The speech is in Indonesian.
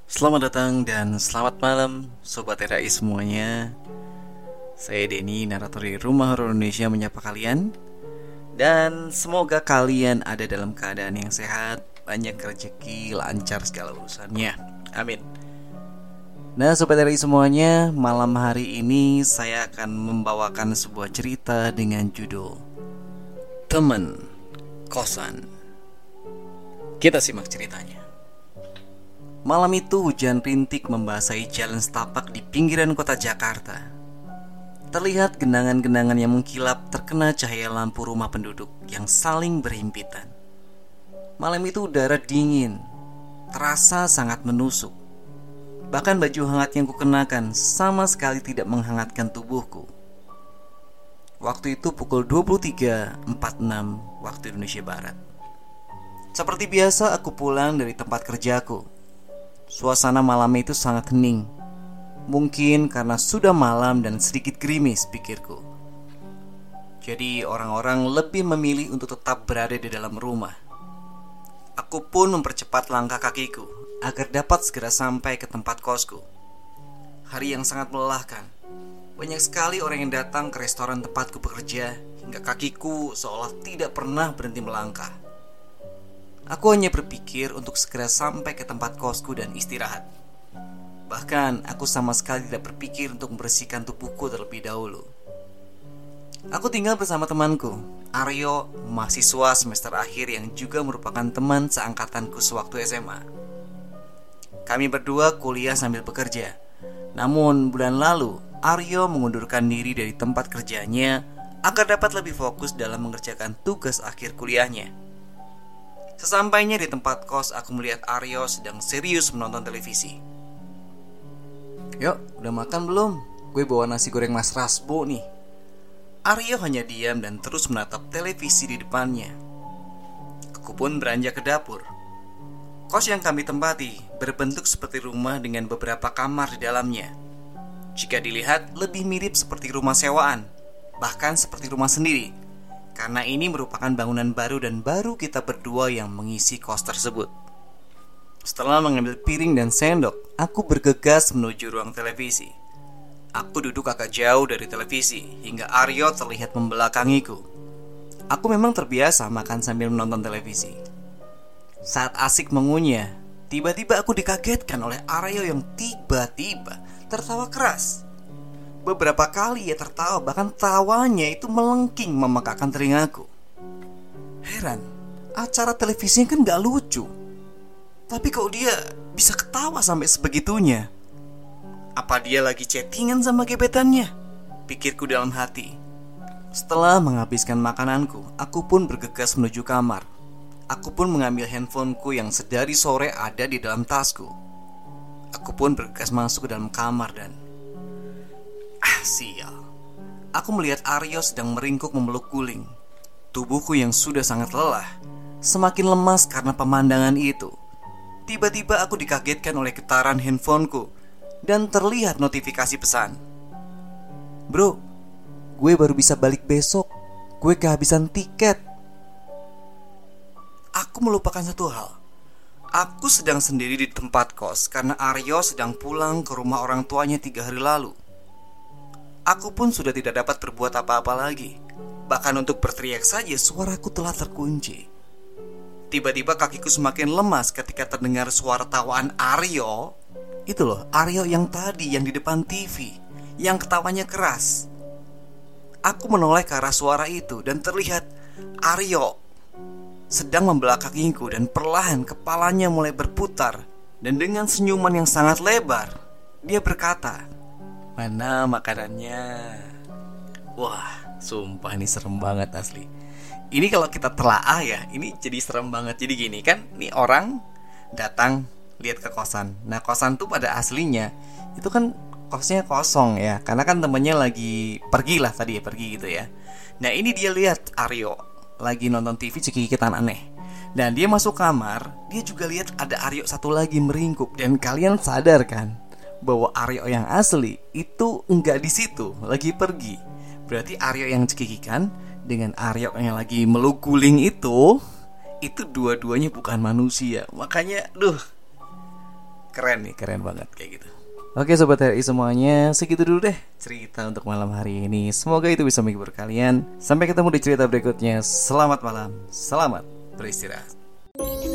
Selamat datang dan selamat malam Sobat RAI semuanya. Saya Denny, narator di Rumah Horor Indonesia menyapa kalian. Dan semoga kalian ada dalam keadaan yang sehat, banyak rezeki, lancar segala urusannya. Amin. Nah Sobat RAI semuanya, malam hari ini saya akan membawakan sebuah cerita dengan judul Teman Kosan. Kita simak ceritanya. Malam itu hujan rintik membasahi jalan setapak di pinggiran kota Jakarta. Terlihat genangan-genangan yang mengkilap terkena cahaya lampu rumah penduduk yang saling berhimpitan. Malam itu udara dingin, terasa sangat menusuk. Bahkan baju hangat yang kukenakan sama sekali tidak menghangatkan tubuhku. Waktu itu pukul 23.46 waktu Indonesia Barat. Seperti biasa aku pulang dari tempat kerjaku. Suasana malam itu sangat hening. Mungkin karena sudah malam dan sedikit gerimis, pikirku. Jadi orang-orang lebih memilih untuk tetap berada di dalam rumah. Aku pun mempercepat langkah kakiku agar dapat segera sampai ke tempat kosku. Hari yang sangat melelahkan. Banyak sekali orang yang datang ke restoran tempatku bekerja, hingga kakiku seolah tidak pernah berhenti melangkah. Aku hanya berpikir untuk segera sampai ke tempat kosku dan istirahat. Bahkan aku sama sekali tidak berpikir untuk membersihkan tubuhku terlebih dahulu. Aku tinggal bersama temanku, Aryo, mahasiswa semester akhir yang juga merupakan teman seangkatanku sewaktu SMA. Kami berdua kuliah sambil bekerja. Namun bulan lalu Aryo mengundurkan diri dari tempat kerjanya agar dapat lebih fokus dalam mengerjakan tugas akhir kuliahnya. Sesampainya di tempat kos, aku melihat Aryo sedang serius menonton televisi. "Yuk, udah makan belum? Gue bawa nasi goreng Mas Rasbo nih." Aryo hanya diam dan terus menatap televisi di depannya. Aku pun beranjak ke dapur. Kos yang kami tempati berbentuk seperti rumah dengan beberapa kamar di dalamnya. Jika dilihat, lebih mirip seperti rumah sewaan, bahkan seperti rumah sendiri. Karena ini merupakan bangunan baru dan baru kita berdua yang mengisi kos tersebut. Setelah mengambil piring dan sendok, aku bergegas menuju ruang televisi. Aku duduk agak jauh dari televisi hingga Aryo terlihat membelakangiku. Aku memang terbiasa makan sambil menonton televisi. Saat asik mengunyah, tiba-tiba aku dikagetkan oleh Aryo yang tiba-tiba tertawa keras. Beberapa kali ia tertawa, bahkan tawanya itu melengking memekakkan telingaku. Heran, acara televisinya kan gak lucu. Tapi kok dia bisa ketawa sampai sebegitunya? Apa dia lagi chattingan sama gebetannya? Pikirku dalam hati. Setelah menghabiskan makananku, aku pun bergegas menuju kamar. Aku pun mengambil handphoneku yang sedari sore ada di dalam tasku. Aku pun bergegas masuk ke dalam kamar dan sial. Aku melihat Aryo sedang meringkuk memeluk guling. Tubuhku yang sudah sangat lelah semakin lemas karena pemandangan itu. Tiba-tiba aku dikagetkan oleh getaran handphoneku dan terlihat notifikasi pesan. "Bro, gue baru bisa balik besok. Gue kehabisan tiket." Aku melupakan satu hal. Aku sedang sendiri di tempat kos karena Aryo sedang pulang ke rumah orang tuanya 3 hari lalu. Aku pun sudah tidak dapat berbuat apa-apa lagi. Bahkan untuk berteriak saja suaraku telah terkunci. Tiba-tiba kakiku semakin lemas ketika terdengar suara tawaan Aryo. Itu loh, Aryo yang tadi yang di depan TV, yang ketawanya keras. Aku menoleh ke arah suara itu dan terlihat Aryo sedang membelakangiku dan perlahan kepalanya mulai berputar. Dan dengan senyuman yang sangat lebar, dia berkata, "Mana makanannya?" Wah, sumpah ini serem banget asli. Ini kalau kita telaah ya, ini jadi serem banget. Jadi gini kan, nih orang datang lihat ke kosan. Nah kosan tuh pada aslinya itu kan kosnya kosong ya, karena kan temennya lagi pergi lah tadi ya, pergi gitu ya. Nah ini dia lihat Aryo lagi nonton TV cekikitan aneh. Dan dia masuk kamar, dia juga lihat ada Aryo satu lagi meringkuk. Dan kalian sadar kan bahwa Aryo yang asli itu enggak di situ, lagi pergi. Berarti Aryo yang cekikikan dengan Aryo yang lagi meluk guling itu dua-duanya bukan manusia. Makanya Keren nih, keren banget kayak gitu. Oke Sobat RI semuanya, segitu dulu deh cerita untuk malam hari ini. Semoga itu bisa menghibur kalian. Sampai ketemu di cerita berikutnya. Selamat malam, selamat beristirahat.